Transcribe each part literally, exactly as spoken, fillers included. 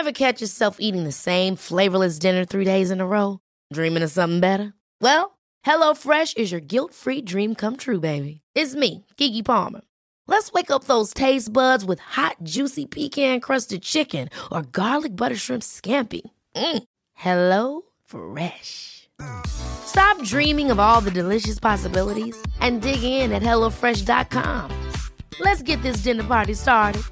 Ever catch yourself eating the same flavorless dinner three days in a row? Dreaming of something better? Well, HelloFresh is your guilt-free dream come true, baby. It's me, Keke Palmer. Let's wake up those taste buds with hot, juicy pecan-crusted chicken or garlic butter shrimp scampi. Mm. Hello Fresh. Stop dreaming of all the delicious possibilities and dig in at hello fresh dot com. Let's get this dinner party started.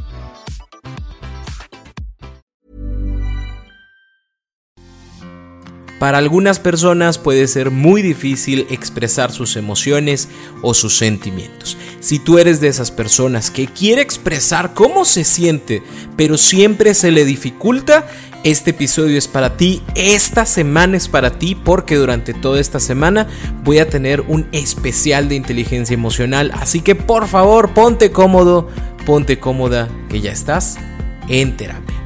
Para algunas personas puede ser muy difícil expresar sus emociones o sus sentimientos. Si tú eres de esas personas que quiere expresar cómo se siente, pero siempre se le dificulta, este episodio es para ti, esta semana es para ti, porque durante toda esta semana voy a tener un especial de inteligencia emocional. Así que por favor, ponte cómodo, ponte cómoda, que ya estás en terapia.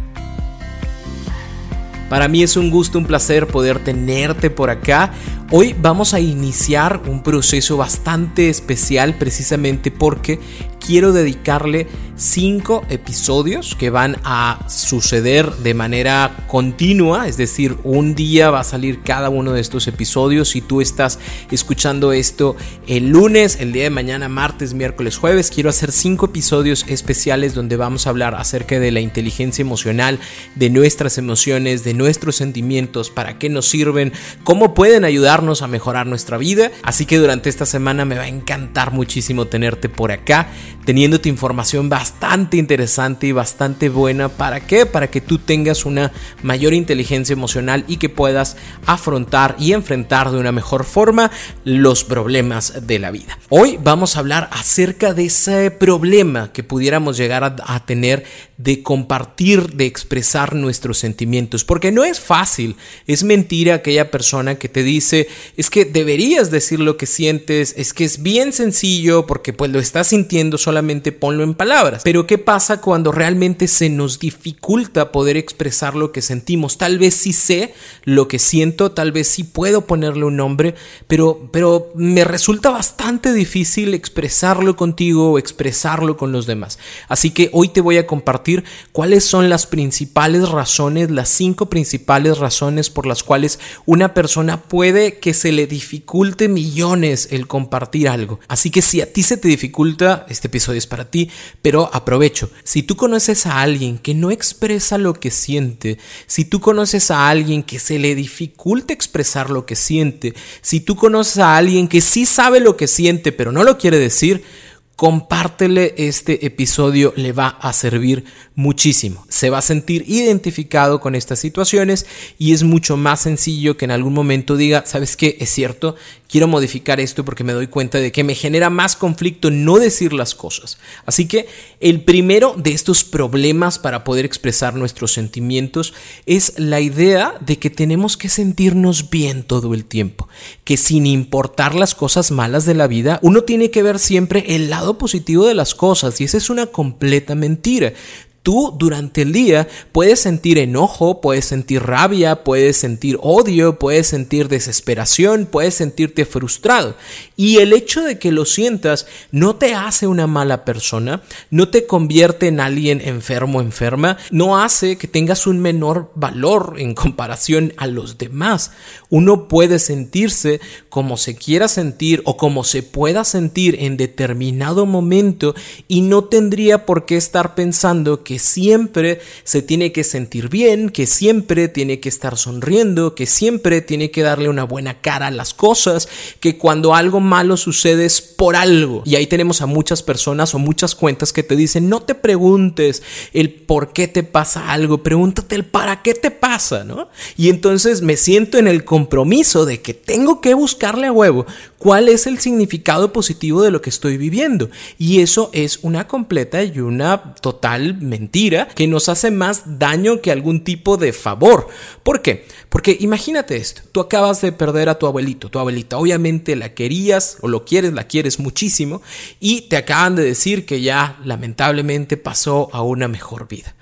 Para mí es un gusto, un placer poder tenerte por acá. Hoy vamos a iniciar un proceso bastante especial precisamente porque quiero dedicarle cinco episodios que van a suceder de manera continua, es decir, un día va a salir cada uno de estos episodios. Si tú estás escuchando esto el lunes, el día de mañana, martes, miércoles, jueves, quiero hacer cinco episodios especiales donde vamos a hablar acerca de la inteligencia emocional, de nuestras emociones, de nuestros sentimientos, para qué nos sirven, cómo pueden ayudarnos a mejorar nuestra vida. Así que durante esta semana me va a encantar muchísimo tenerte por acá, teniéndote información bastante interesante y bastante buena. ¿Para qué? Para que tú tengas una mayor inteligencia emocional y que puedas afrontar y enfrentar de una mejor forma los problemas de la vida. Hoy vamos a hablar acerca de ese problema que pudiéramos llegar a, a tener de compartir, de expresar nuestros sentimientos, porque no es fácil. Es mentira aquella persona que te dice, es que deberías decir lo que sientes, es que es bien sencillo porque pues lo estás sintiendo, solamente ponlo en palabras. Pero ¿qué pasa cuando realmente se nos dificulta poder expresar lo que sentimos? Tal vez sí sé lo que siento, tal vez sí puedo ponerle un nombre, pero, pero me resulta bastante difícil expresarlo contigo o expresarlo con los demás. Así que hoy te voy a compartir cuáles son las principales razones, las cinco principales razones por las cuales una persona puede que se le dificulte millones el compartir algo. Así que si a ti se te dificulta, este episodio es para ti, pero aprovecho. Si tú conoces a alguien que no expresa lo que siente, si tú conoces a alguien que se le dificulta expresar lo que siente, si tú conoces a alguien que sí sabe lo que siente pero no lo quiere decir, compártele este episodio, le va a servir muchísimo. Se va a sentir identificado con estas situaciones y es mucho más sencillo que en algún momento diga, ¿sabes qué? Es cierto, quiero modificar esto porque me doy cuenta de que me genera más conflicto no decir las cosas. Así que el primero de estos problemas para poder expresar nuestros sentimientos es la idea de que tenemos que sentirnos bien todo el tiempo, que sin importar las cosas malas de la vida, uno tiene que ver siempre el lado positivo de las cosas, y esa es una completa mentira. Tú durante el día puedes sentir enojo, puedes sentir rabia, puedes sentir odio, puedes sentir desesperación, puedes sentirte frustrado. Y el hecho de que lo sientas no te hace una mala persona, no te convierte en alguien enfermo o enferma, no hace que tengas un menor valor en comparación a los demás. Uno puede sentirse como se quiera sentir o como se pueda sentir en determinado momento y no tendría por qué estar pensando que siempre se tiene que sentir bien, que siempre tiene que estar sonriendo, que siempre tiene que darle una buena cara a las cosas, que cuando algo malo sucede es por algo. Y ahí tenemos a muchas personas o muchas cuentas que te dicen, no te preguntes el por qué te pasa algo, pregúntate el para qué te pasa, ¿no? Y entonces me siento en el compromiso de que tengo que buscarle a huevo cuál es el significado positivo de lo que estoy viviendo. Y eso es una completa y una total mentira que nos hace más daño que algún tipo de favor. ¿Por qué? Porque imagínate esto, tú acabas de perder a tu abuelito, tu abuelita, obviamente la querías o lo quieres, la quieres muchísimo y te acaban de decir que ya lamentablemente pasó a una mejor vida.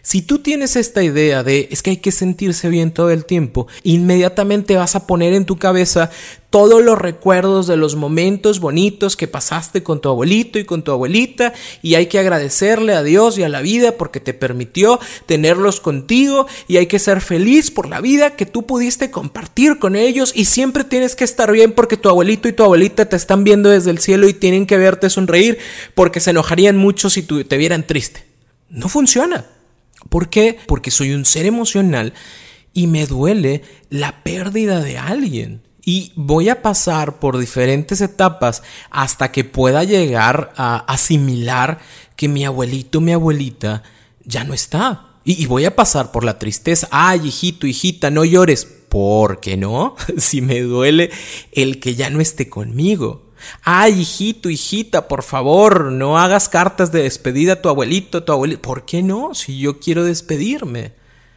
Si tú tienes esta idea de es que hay que sentirse bien todo el tiempo, inmediatamente vas a poner en tu cabeza todos los recuerdos de los momentos bonitos que pasaste con tu abuelito y con tu abuelita, y hay que agradecerle a Dios y a la vida porque te permitió tenerlos contigo, y hay que ser feliz por la vida que tú pudiste compartir con ellos, y siempre tienes que estar bien porque tu abuelito y tu abuelita te están viendo desde el cielo y tienen que verte sonreír porque se enojarían mucho si tú te vieran triste. No funciona. ¿Por qué? Porque soy un ser emocional y me duele la pérdida de alguien. Y voy a pasar por diferentes etapas hasta que pueda llegar a asimilar que mi abuelito, mi abuelita ya no está. Y, y voy a pasar por la tristeza. Ay, hijito, hijita, no llores. ¿Por qué no? Si me duele el que ya no esté conmigo. Ay, hijito, hijita, por favor, no hagas cartas de despedida a tu abuelito, a tu abuelita. ¿Por qué no? Si yo quiero despedirme.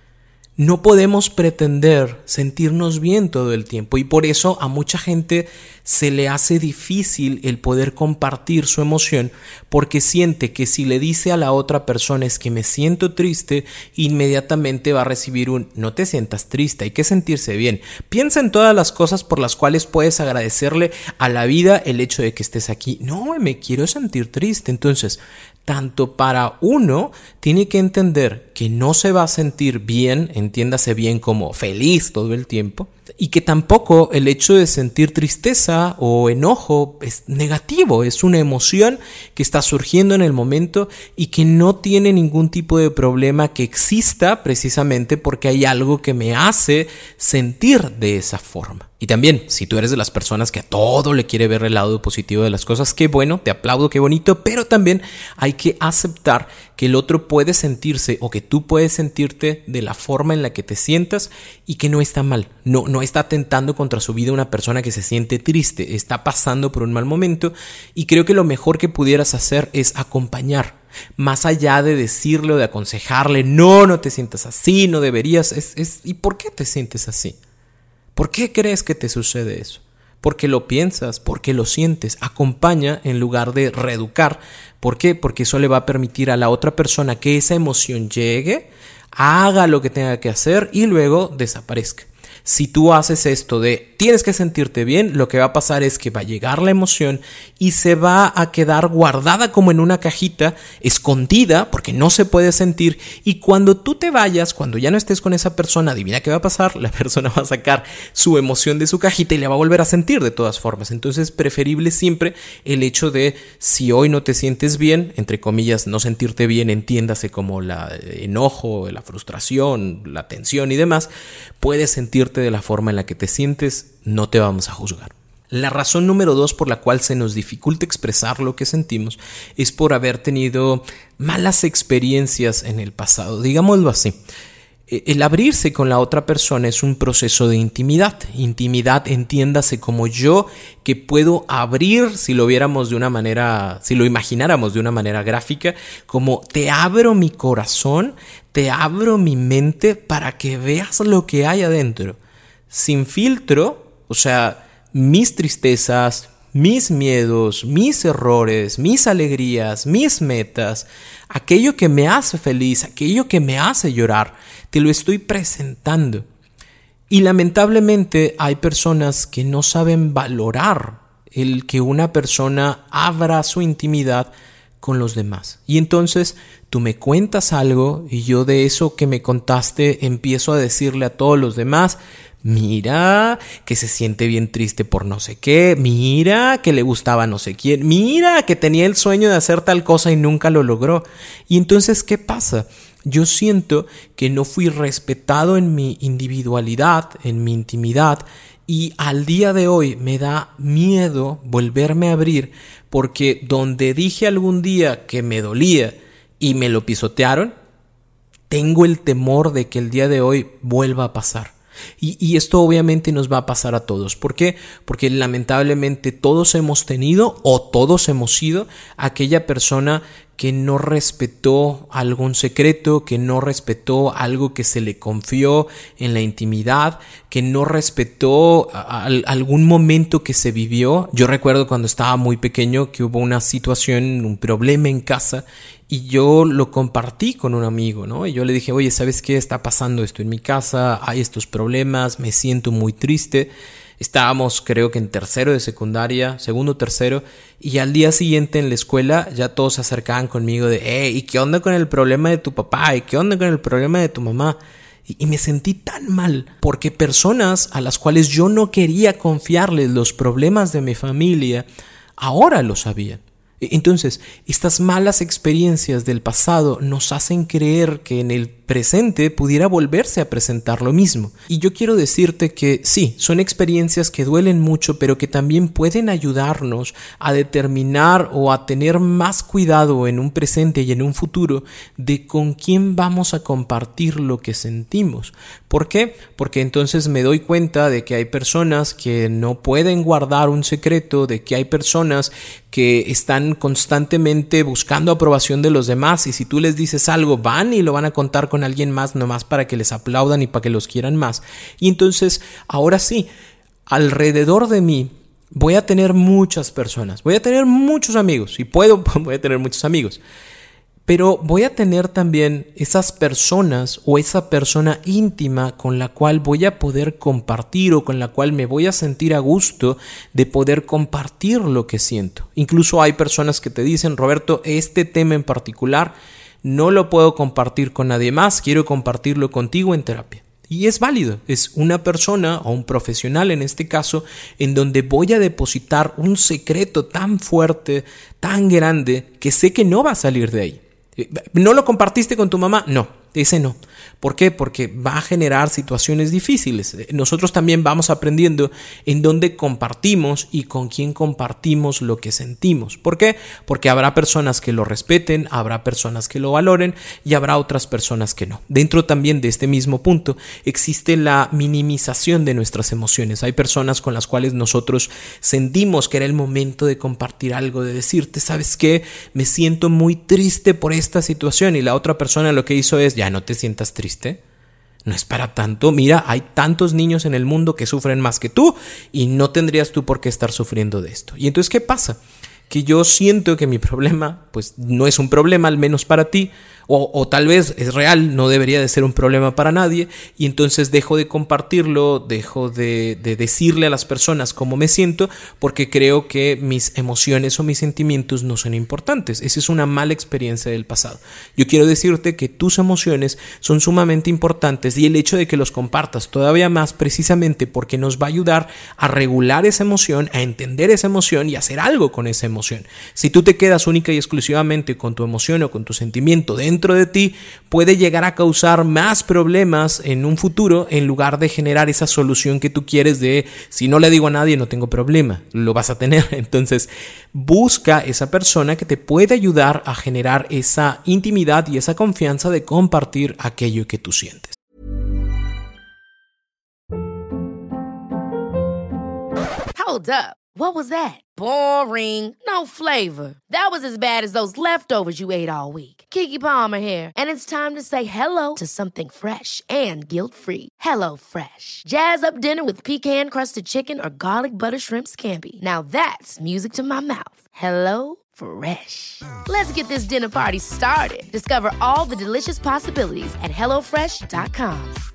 No podemos pretender sentirnos bien todo el tiempo, y por eso a mucha gente se le hace difícil el poder compartir su emoción, porque siente que si le dice a la otra persona es que me siento triste, inmediatamente va a recibir un no te sientas triste, hay que sentirse bien. Piensa en todas las cosas por las cuales puedes agradecerle a la vida el hecho de que estés aquí. No, me quiero sentir triste. Entonces, tanto para uno, tiene que entender que no se va a sentir bien, entiéndase bien como feliz todo el tiempo, y que tampoco el hecho de sentir tristeza o enojo es negativo, es una emoción que está surgiendo en el momento y que no tiene ningún tipo de problema que exista precisamente porque hay algo que me hace sentir de esa forma. Y también, si tú eres de las personas que a todo le quiere ver el lado positivo de las cosas, qué bueno, te aplaudo, qué bonito, pero también hay que aceptar que el otro puede sentirse o que tú puedes sentirte de la forma en la que te sientas y que no está mal. No, no está atentando contra su vida una persona que se siente triste, está pasando por un mal momento, y creo que lo mejor que pudieras hacer es acompañar. Más allá de decirle o de aconsejarle, no, no te sientas así, no deberías, es, es, ¿y por qué te sientes así? ¿Por qué crees que te sucede eso? Porque lo piensas, porque lo sientes. Acompaña en lugar de reeducar. ¿Por qué? Porque eso le va a permitir a la otra persona que esa emoción llegue, haga lo que tenga que hacer y luego desaparezca. Si tú haces esto de tienes que sentirte bien, lo que va a pasar es que va a llegar la emoción y se va a quedar guardada como en una cajita, escondida, porque no se puede sentir, y cuando tú te vayas, cuando ya no estés con esa persona, adivina qué va a pasar, la persona va a sacar su emoción de su cajita y la va a volver a sentir de todas formas. Entonces, preferible siempre el hecho de si hoy no te sientes bien, entre comillas, no sentirte bien, entiéndase como la enojo, la frustración, la tensión y demás, puedes sentirte de la forma en la que te sientes, no te vamos a juzgar. La razón número dos por la cual se nos dificulta expresar lo que sentimos es por haber tenido malas experiencias en el pasado, digámoslo así. El abrirse con la otra persona es un proceso de intimidad. Intimidad, entiéndase como yo que puedo abrir, si lo viéramos de una manera, si lo imagináramos de una manera gráfica, como te abro mi corazón, te abro mi mente para que veas lo que hay adentro. Sin filtro, o sea, mis tristezas, mis miedos, mis errores, mis alegrías, mis metas, aquello que me hace feliz, aquello que me hace llorar, te lo estoy presentando. Y lamentablemente hay personas que no saben valorar el que una persona abra su intimidad con los demás. Y entonces tú me cuentas algo y yo de eso que me contaste empiezo a decirle a todos los demás, mira que se siente bien triste por no sé qué, mira que le gustaba no sé quién, mira que tenía el sueño de hacer tal cosa y nunca lo logró. Y entonces, ¿qué pasa? Yo siento que no fui respetado en mi individualidad, en mi intimidad, y al día de hoy me da miedo volverme a abrir porque donde dije algún día que me dolía y me lo pisotearon, tengo el temor de que el día de hoy vuelva a pasar. Y, y esto obviamente nos va a pasar a todos. ¿Por qué? Porque lamentablemente todos hemos tenido o todos hemos sido aquella persona que no respetó algún secreto, que no respetó algo que se le confió en la intimidad, que no respetó a, a, algún momento que se vivió. Yo recuerdo cuando estaba muy pequeño que hubo una situación, un problema en casa Y yo lo compartí con un amigo, ¿no? Y yo le dije, oye, ¿sabes qué? Está pasando esto en mi casa, hay estos problemas, me siento muy triste. Estábamos creo que en tercero de secundaria, segundo, tercero, y al día siguiente en la escuela ya todos se acercaban conmigo de, hey, ¿y qué onda con el problema de tu papá? ¿Y qué onda con el problema de tu mamá? Y, y me sentí tan mal porque personas a las cuales yo no quería confiarles los problemas de mi familia, ahora lo sabían. Entonces, estas malas experiencias del pasado nos hacen creer que en el presente pudiera volverse a presentar lo mismo. Y yo quiero decirte que sí, son experiencias que duelen mucho, pero que también pueden ayudarnos a determinar o a tener más cuidado en un presente y en un futuro de con quién vamos a compartir lo que sentimos. ¿Por qué? Porque entonces me doy cuenta de que hay personas que no pueden guardar un secreto, de que hay personas que están constantemente buscando aprobación de los demás, y si tú les dices algo van y lo van a contar con alguien más nomás para que les aplaudan y para que los quieran más. Y entonces ahora sí, alrededor de mí voy a tener muchas personas, voy a tener muchos amigos, y puedo, voy a tener muchos amigos, pero voy a tener también esas personas o esa persona íntima con la cual voy a poder compartir o con la cual me voy a sentir a gusto de poder compartir lo que siento. Incluso hay personas que te dicen, Roberto, este tema en particular no lo puedo compartir con nadie más, quiero compartirlo contigo en terapia. Y es válido, es una persona o un profesional en este caso en donde voy a depositar un secreto tan fuerte, tan grande, que sé que no va a salir de ahí. ¿No lo compartiste con tu mamá? No, ese no. ¿Por qué? Porque va a generar situaciones difíciles. Nosotros también vamos aprendiendo en dónde compartimos y con quién compartimos lo que sentimos. ¿Por qué? Porque habrá personas que lo respeten, habrá personas que lo valoren y habrá otras personas que no. Dentro también de este mismo punto existe la minimización de nuestras emociones. Hay personas con las cuales nosotros sentimos que era el momento de compartir algo, de decirte, ¿sabes qué? Me siento muy triste por esta situación, y la otra persona lo que hizo es, ya no te sientas triste. No es para tanto. Mira, hay tantos niños en el mundo que sufren más que tú y no tendrías tú por qué estar sufriendo de esto. Y entonces, ¿qué pasa? Que yo siento que mi problema, pues no es un problema, al menos para ti, o, o tal vez es real, no debería de ser un problema para nadie, y entonces dejo de compartirlo, dejo de, de decirle a las personas cómo me siento, porque creo que mis emociones o mis sentimientos no son importantes. Esa es una mala experiencia del pasado. Yo quiero decirte que tus emociones son sumamente importantes, y el hecho de que los compartas todavía más, precisamente porque nos va a ayudar a regular esa emoción, a entender esa emoción y a hacer algo con esa emoción. Si tú te quedas única y exclusivamente con tu emoción o con tu sentimiento dentro de ti, puede llegar a causar más problemas en un futuro, en lugar de generar esa solución que tú quieres de, si no le digo a nadie no tengo problema, lo vas a tener. Entonces busca esa persona que te pueda ayudar a generar esa intimidad y esa confianza de compartir aquello que tú sientes. Hold up. What was that? Boring. No flavor. That was as bad as those leftovers you ate all week. Keke Palmer here, and it's time to say hello to something fresh and guilt-free. Hello Fresh. Jazz up dinner with pecan-crusted chicken or garlic butter shrimp scampi. Now that's music to my mouth. Hello Fresh. Let's get this dinner party started. Discover all the delicious possibilities at hello fresh dot com.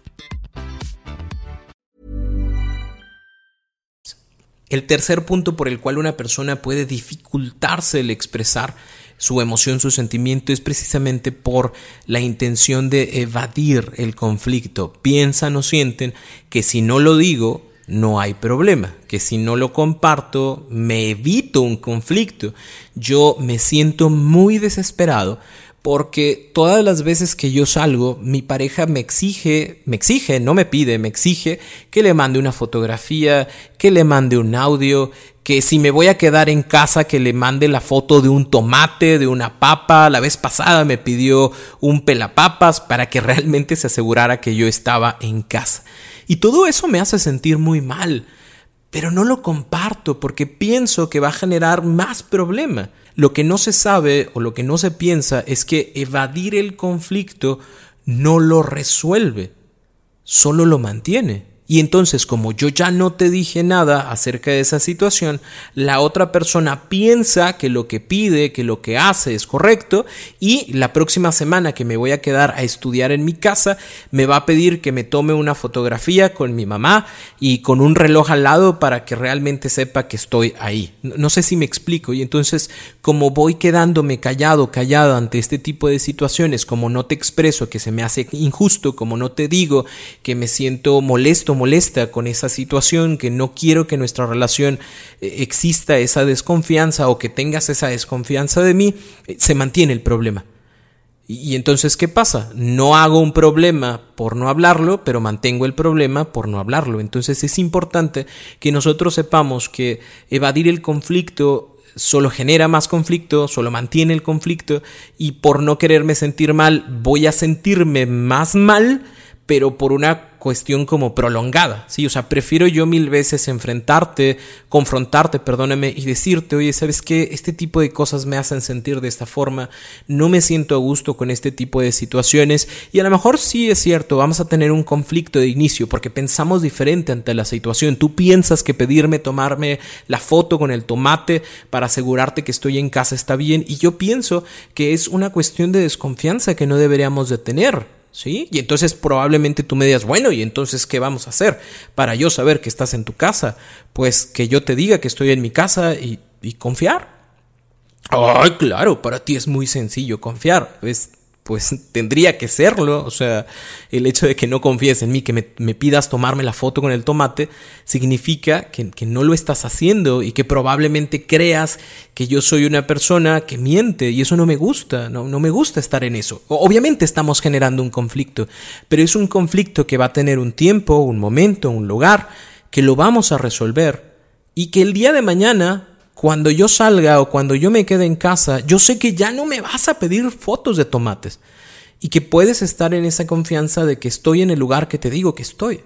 El tercer punto por el cual una persona puede dificultarse el expresar su emoción, su sentimiento, es precisamente por la intención de evadir el conflicto. Piensan o sienten que si no lo digo, no hay problema, que si no lo comparto, me evito un conflicto. Yo me siento muy desesperado porque todas las veces que yo salgo, mi pareja me exige, me exige, no me pide, me exige que le mande una fotografía, que le mande un audio, que si me voy a quedar en casa, que le mande la foto de un tomate, de una papa. La vez pasada me pidió un pelapapas para que realmente se asegurara que yo estaba en casa. Y todo eso me hace sentir muy mal, pero no lo comparto porque pienso que va a generar más problema. Lo que no se sabe o lo que no se piensa es que evadir el conflicto no lo resuelve, solo lo mantiene. Y entonces, como yo ya no te dije nada acerca de esa situación, la otra persona piensa que lo que pide, que lo que hace es correcto, y la próxima semana que me voy a quedar a estudiar en mi casa, me va a pedir que me tome una fotografía con mi mamá y con un reloj al lado para que realmente sepa que estoy ahí. No sé si me explico. Y entonces, como voy quedándome callado, callado ante este tipo de situaciones, como no te expreso que se me hace injusto, como no te digo que me siento molesto, molesta con esa situación, que no quiero que nuestra relación eh, exista esa desconfianza o que tengas esa desconfianza de mí, eh, se mantiene el problema. Y, y entonces, ¿qué pasa? No hago un problema por no hablarlo, pero mantengo el problema por no hablarlo. Entonces es importante que nosotros sepamos que evadir el conflicto solo genera más conflicto, solo mantiene el conflicto, y por no quererme sentir mal, voy a sentirme más mal, pero por una cuestión como prolongada, ¿sí? O sea, prefiero yo mil veces enfrentarte, confrontarte, perdóname, y decirte, oye, ¿sabes qué? Este tipo de cosas me hacen sentir de esta forma, no me siento a gusto con este tipo de situaciones, y a lo mejor sí es cierto, vamos a tener un conflicto de inicio, porque pensamos diferente ante la situación. Tú piensas que pedirme tomarme la foto con el tomate para asegurarte que estoy en casa está bien, y yo pienso que es una cuestión de desconfianza que no deberíamos de tener. ¿Sí? Y entonces probablemente tú me digas, bueno, ¿y entonces qué vamos a hacer para yo saber que estás en tu casa? Pues que yo te diga que estoy en mi casa y, y confiar. Ay, claro, para ti es muy sencillo confiar. Pues, pues tendría que serlo. O sea, el hecho de que no confíes en mí, que me, me pidas tomarme la foto con el tomate, significa que, que no lo estás haciendo y que probablemente creas que yo soy una persona que miente, y eso no me gusta, no, no me gusta estar en eso. Obviamente estamos generando un conflicto, pero es un conflicto que va a tener un tiempo, un momento, un lugar, que lo vamos a resolver, y que el día de mañana, cuando yo salga o cuando yo me quede en casa, yo sé que ya no me vas a pedir fotos de tomates, y que puedes estar en esa confianza de que estoy en el lugar que te digo que estoy.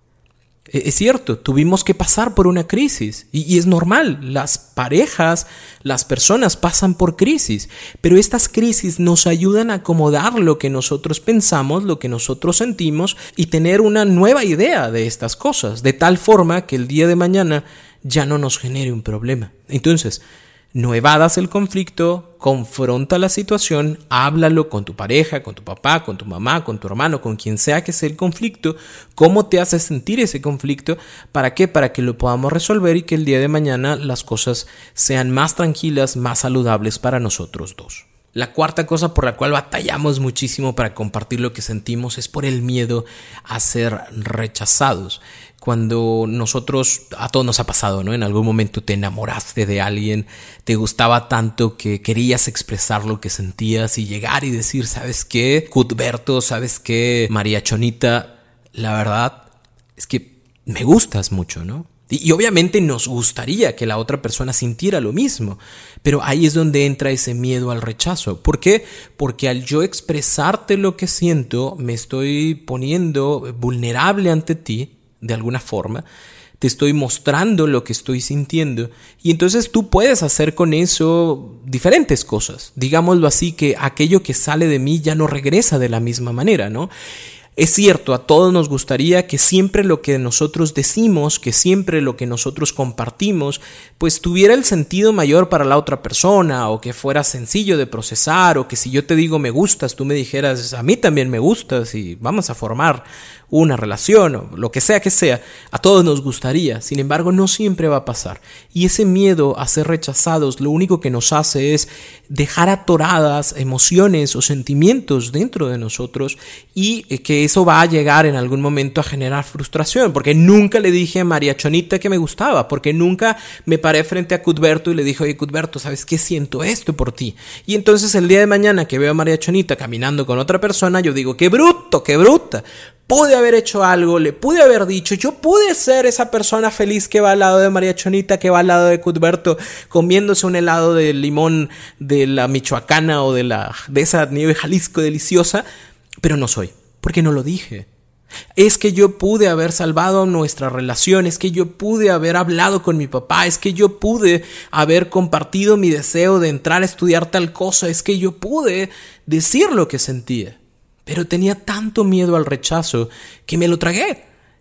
Es cierto, tuvimos que pasar por una crisis, y, y es normal, las parejas, las personas pasan por crisis, pero estas crisis nos ayudan a acomodar lo que nosotros pensamos, lo que nosotros sentimos, y tener una nueva idea de estas cosas, de tal forma que el día de mañana ya no nos genere un problema. Entonces, no evadas el conflicto, confronta la situación, háblalo con tu pareja, con tu papá, con tu mamá, con tu hermano, con quien sea que sea el conflicto, cómo te hace sentir ese conflicto, ¿para qué? Para que lo podamos resolver y que el día de mañana las cosas sean más tranquilas, más saludables para nosotros dos. La cuarta cosa por la cual batallamos muchísimo para compartir lo que sentimos es por el miedo a ser rechazados. Cuando nosotros, a todos nos ha pasado, ¿no? En algún momento te enamoraste de alguien, te gustaba tanto que querías expresar lo que sentías y llegar y decir, ¿sabes qué? Cuthberto, ¿sabes qué? María Chonita, la verdad es que me gustas mucho, ¿no? Y, y obviamente nos gustaría que la otra persona sintiera lo mismo, pero ahí es donde entra ese miedo al rechazo. ¿Por qué? Porque al yo expresarte lo que siento, me estoy poniendo vulnerable ante ti, de alguna forma, te estoy mostrando lo que estoy sintiendo, y entonces tú puedes hacer con eso diferentes cosas. Digámoslo así, que aquello que sale de mí ya no regresa de la misma manera, ¿no? Es cierto, a todos nos gustaría que siempre lo que nosotros decimos, que siempre lo que nosotros compartimos, pues tuviera el sentido mayor para la otra persona, o que fuera sencillo de procesar, o que si yo te digo me gustas, tú me dijeras a mí también me gustas y vamos a formar una relación, o lo que sea que sea. A todos nos gustaría, sin embargo no siempre va a pasar, y ese miedo a ser rechazados lo único que nos hace es dejar atoradas emociones o sentimientos dentro de nosotros, y que eso va a llegar en algún momento a generar frustración, porque nunca le dije a María Chonita que me gustaba, porque nunca me paré frente a Cuthberto y le dije, oye Cuthberto, ¿sabes qué? Siento esto por ti. Y entonces el día de mañana que veo a María Chonita caminando con otra persona, yo digo, qué bruto, qué bruta. Pude haber hecho algo, le pude haber dicho, yo pude ser esa persona feliz que va al lado de María Chonita, que va al lado de Cuthberto, comiéndose un helado de limón de la Michoacana o de, la, de esa nieve Jalisco deliciosa, pero no soy, porque no lo dije. Es que yo pude haber salvado nuestra relación, es que yo pude haber hablado con mi papá, es que yo pude haber compartido mi deseo de entrar a estudiar tal cosa, es que yo pude decir lo que sentía. Pero tenía tanto miedo al rechazo que me lo tragué.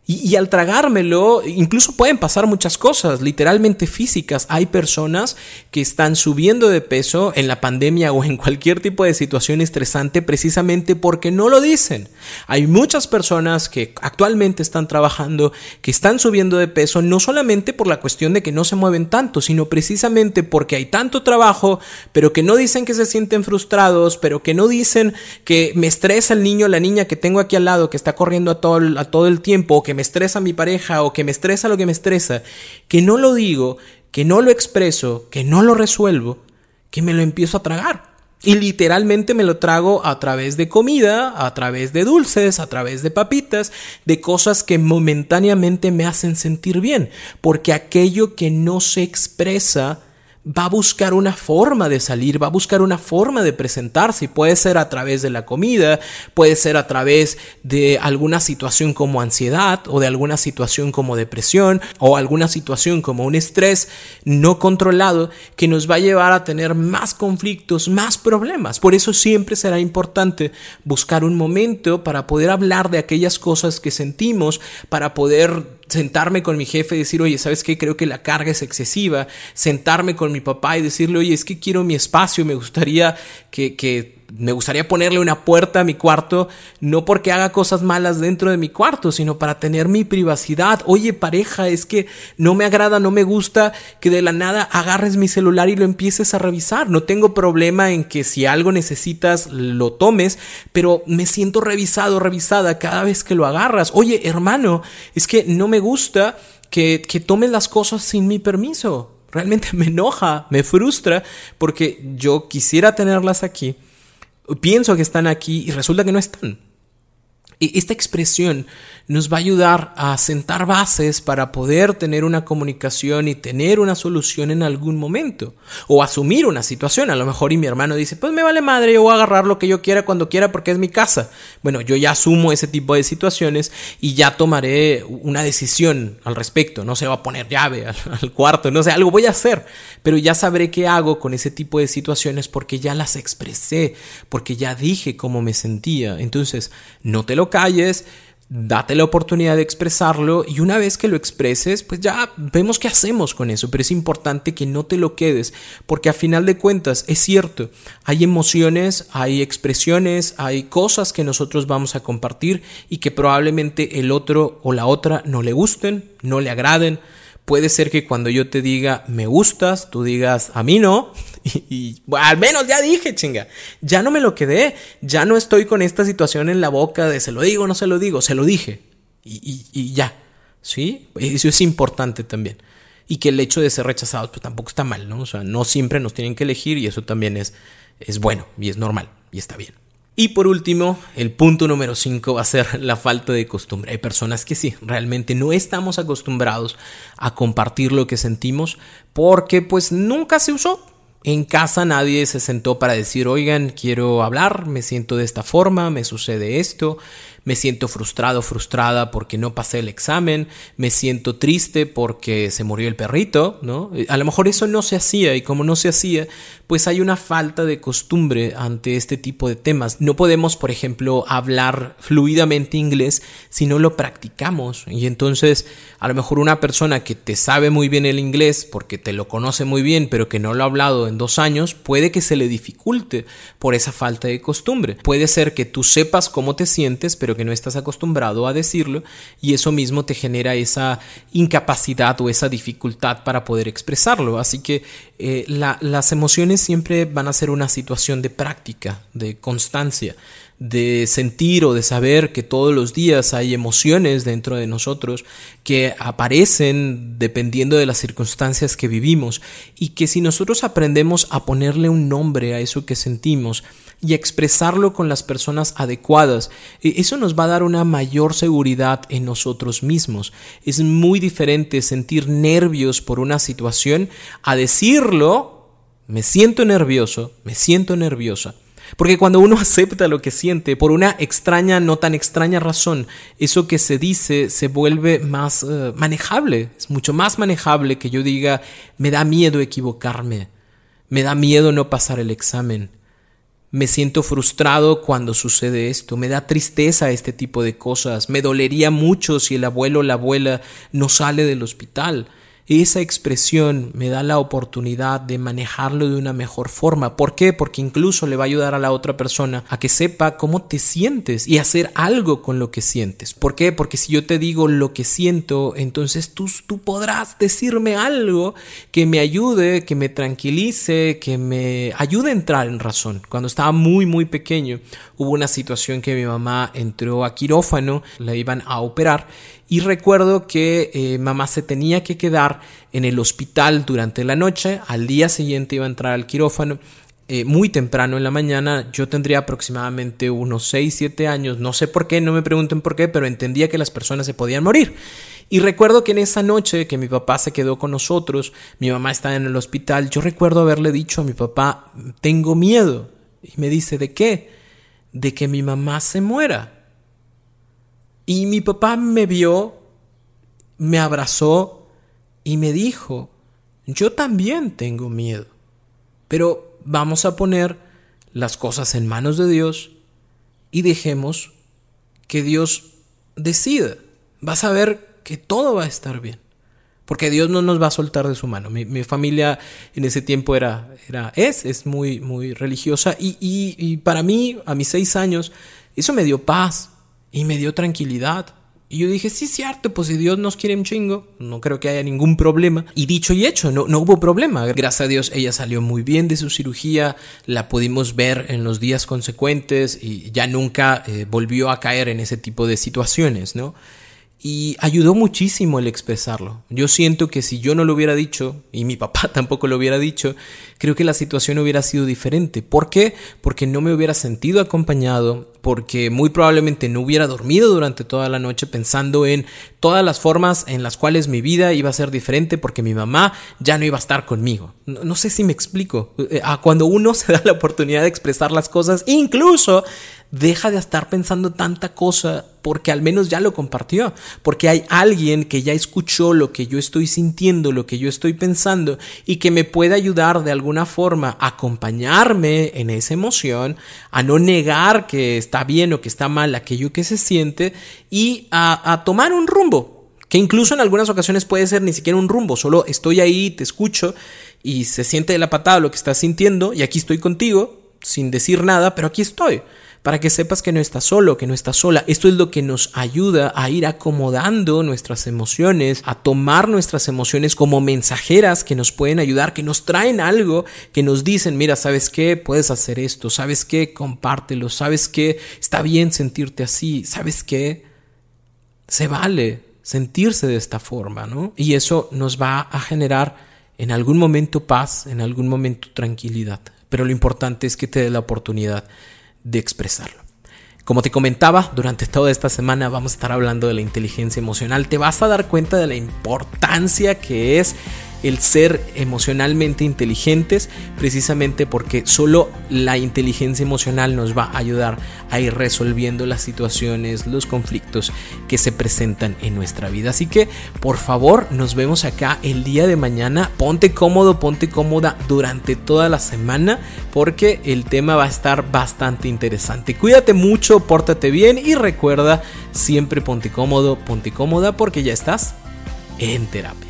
Y, y al tragármelo, incluso pueden pasar muchas cosas, literalmente físicas. Hay personas que están subiendo de peso en la pandemia o en cualquier tipo de situación estresante precisamente porque no lo dicen. Hay muchas personas que actualmente están trabajando, que están subiendo de peso, no solamente por la cuestión de que no se mueven tanto, sino precisamente porque hay tanto trabajo, pero que no dicen que se sienten frustrados, pero que no dicen que me estresa el niño o la niña que tengo aquí al lado, que está corriendo a todo el, a todo el tiempo, que me estresa mi pareja o que me estresa lo que me estresa, que no lo digo, que no lo expreso, que no lo resuelvo, que me lo empiezo a tragar. Y literalmente me lo trago a través de comida, a través de dulces, a través de papitas, de cosas que momentáneamente me hacen sentir bien, porque aquello que no se expresa va a buscar una forma de salir, va a buscar una forma de presentarse, y puede ser a través de la comida, puede ser a través de alguna situación como ansiedad o de alguna situación como depresión o alguna situación como un estrés no controlado que nos va a llevar a tener más conflictos, más problemas. Por eso siempre será importante buscar un momento para poder hablar de aquellas cosas que sentimos, para poder sentarme con mi jefe y decir, oye, ¿sabes qué? Creo que la carga es excesiva. Sentarme con mi papá y decirle, oye, es que quiero mi espacio, me gustaría que, que me gustaría ponerle una puerta a mi cuarto, no porque haga cosas malas dentro de mi cuarto, sino para tener mi privacidad. Oye, pareja, es que no me agrada, no me gusta que de la nada agarres mi celular y lo empieces a revisar. No tengo problema en que si algo necesitas lo tomes, pero me siento revisado, revisada cada vez que lo agarras. Oye, hermano, es que no me gusta que, que tomes las cosas sin mi permiso. Realmente me enoja, me frustra, porque yo quisiera tenerlas aquí. Pienso que están aquí y resulta que no están. Y esta expresión nos va a ayudar a sentar bases para poder tener una comunicación y tener una solución en algún momento. O asumir una situación. A lo mejor y mi hermano dice, pues me vale madre, yo voy a agarrar lo que yo quiera cuando quiera porque es mi casa. Bueno, yo ya asumo ese tipo de situaciones y ya tomaré una decisión al respecto. No se va a poner llave al, al cuarto, no sé, algo voy a hacer. Pero ya sabré qué hago con ese tipo de situaciones porque ya las expresé, porque ya dije cómo me sentía. Entonces, no te lo calles, date la oportunidad de expresarlo y una vez que lo expreses, pues ya vemos qué hacemos con eso, pero es importante que no te lo quedes, porque a final de cuentas es cierto, hay emociones, hay expresiones, hay cosas que nosotros vamos a compartir y que probablemente el otro o la otra no le gusten, no le agraden. Puede ser que cuando yo te diga me gustas, tú digas a mí no. Y, y bueno, al menos ya dije, chinga. Ya no me lo quedé. Ya no estoy con esta situación en la boca de se lo digo o no se lo digo. Se lo dije. Y, y, y ya. ¿Sí? Eso es importante también. Y que el hecho de ser rechazados pues tampoco está mal, ¿no? O sea, no siempre nos tienen que elegir y eso también es, es bueno y es normal y está bien. Y por último, el punto número cinco va a ser la falta de costumbre. Hay personas que sí, realmente no estamos acostumbrados a compartir lo que sentimos porque pues nunca se usó. En casa nadie se sentó para decir, oigan, quiero hablar, me siento de esta forma, me sucede esto, me siento frustrado, frustrada porque no pasé el examen, me siento triste porque se murió el perrito, ¿no? A lo mejor eso no se hacía y como no se hacía, pues hay una falta de costumbre ante este tipo de temas. No podemos, por ejemplo, hablar fluidamente inglés si no lo practicamos y entonces a lo mejor una persona que te sabe muy bien el inglés porque te lo conoce muy bien pero que no lo ha hablado en dos años, puede que se le dificulte por esa falta de costumbre. Puede ser que tú sepas cómo te sientes pero que no estás acostumbrado a decirlo y eso mismo te genera esa incapacidad o esa dificultad para poder expresarlo. Así que eh, la, las emociones siempre van a ser una situación de práctica, de constancia, de sentir o de saber que todos los días hay emociones dentro de nosotros que aparecen dependiendo de las circunstancias que vivimos y que si nosotros aprendemos a ponerle un nombre a eso que sentimos y a expresarlo con las personas adecuadas, eso nos va a dar una mayor seguridad en nosotros mismos. Es muy diferente sentir nervios por una situación a decirlo, me siento nervioso, me siento nerviosa. Porque cuando uno acepta lo que siente, por una extraña, no tan extraña razón, eso que se dice se vuelve más uh, manejable. Es mucho más manejable que yo diga, me da miedo equivocarme, me da miedo no pasar el examen, Me siento frustrado cuando sucede esto, me da tristeza este tipo de cosas, me dolería mucho si el abuelo o la abuela no sale del hospital. Esa expresión me da la oportunidad de manejarlo de una mejor forma. ¿Por qué? Porque incluso le va a ayudar a la otra persona a que sepa cómo te sientes y hacer algo con lo que sientes. ¿Por qué? Porque si yo te digo lo que siento, entonces tú, tú podrás decirme algo que me ayude, que me tranquilice, que me ayude a entrar en razón. Cuando estaba muy, muy pequeño, hubo una situación que mi mamá entró a quirófano, la iban a operar. Y recuerdo que eh, mamá se tenía que quedar en el hospital durante la noche. Al día siguiente iba a entrar al quirófano eh, muy temprano en la mañana. Yo tendría aproximadamente unos seis, siete años. No sé por qué, no me pregunten por qué, pero entendía que las personas se podían morir. Y recuerdo que en esa noche que mi papá se quedó con nosotros, mi mamá estaba en el hospital, yo recuerdo haberle dicho a mi papá, tengo miedo. Y me dice, ¿de qué? De que mi mamá se muera. Y mi papá me vio, me abrazó y me dijo, yo también tengo miedo, pero vamos a poner las cosas en manos de Dios y dejemos que Dios decida. Vas a ver que todo va a estar bien, porque Dios no nos va a soltar de su mano. Mi, mi familia en ese tiempo era, era es, es muy, muy religiosa y, y, y para mí, a mis seis años, eso me dio paz. Y me dio tranquilidad. Y yo dije, sí, cierto, pues si Dios nos quiere un chingo, no creo que haya ningún problema. Y dicho y hecho, no, no hubo problema. Gracias a Dios, ella salió muy bien de su cirugía, la pudimos ver en los días consecuentes y ya nunca eh, volvió a caer en ese tipo de situaciones, ¿no? Y ayudó muchísimo el expresarlo. Yo siento que si yo no lo hubiera dicho, y mi papá tampoco lo hubiera dicho, creo que la situación hubiera sido diferente. ¿Por qué? Porque no me hubiera sentido acompañado, porque muy probablemente no hubiera dormido durante toda la noche pensando en todas las formas en las cuales mi vida iba a ser diferente porque mi mamá ya no iba a estar conmigo. No, no sé si me explico. Cuando uno se da la oportunidad de expresar las cosas, incluso deja de estar pensando tanta cosa porque al menos ya lo compartió, porque hay alguien que ya escuchó lo que yo estoy sintiendo, lo que yo estoy pensando y que me puede ayudar de alguna forma a acompañarme en esa emoción, a no negar que está bien o que está mal aquello que se siente y a, a tomar un rumbo, que incluso en algunas ocasiones puede ser ni siquiera un rumbo, solo estoy ahí, te escucho y se siente de la patada lo que estás sintiendo y aquí estoy contigo sin decir nada, pero aquí estoy. Para que sepas que no estás solo, que no estás sola. Esto es lo que nos ayuda a ir acomodando nuestras emociones, a tomar nuestras emociones como mensajeras que nos pueden ayudar, que nos traen algo, que nos dicen, mira, ¿sabes qué? Puedes hacer esto, ¿sabes qué? Compártelo, ¿sabes qué? Está bien sentirte así, ¿sabes qué? Se vale sentirse de esta forma, ¿no? Y eso nos va a generar en algún momento paz, en algún momento tranquilidad. Pero lo importante es que te dé la oportunidad de expresarlo. Como te comentaba, durante toda esta semana vamos a estar hablando de la inteligencia emocional. Te vas a dar cuenta de la importancia que es el ser emocionalmente inteligentes, precisamente porque solo la inteligencia emocional nos va a ayudar a ir resolviendo las situaciones, los conflictos que se presentan en nuestra vida. Así que, por favor, nos vemos acá el día de mañana. Ponte cómodo, ponte cómoda durante toda la semana, porque el tema va a estar bastante interesante. Cuídate mucho, pórtate bien y recuerda, siempre ponte cómodo, ponte cómoda, porque ya estás en terapia.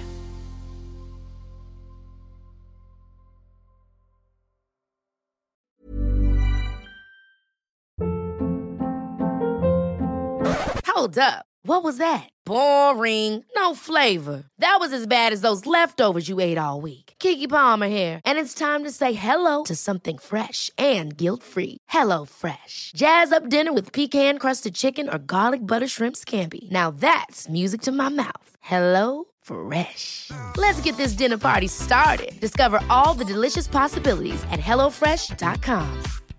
Hold up. What was that? Boring. No flavor. That was as bad as those leftovers you ate all week. Keke Palmer here, and it's time to say hello to something fresh and guilt-free. Hello Fresh. Jazz up dinner with pecan-crusted chicken or garlic butter shrimp scampi. Now that's music to my mouth. Hello Fresh. Let's get this dinner party started. Discover all the delicious possibilities at hello fresh dot com.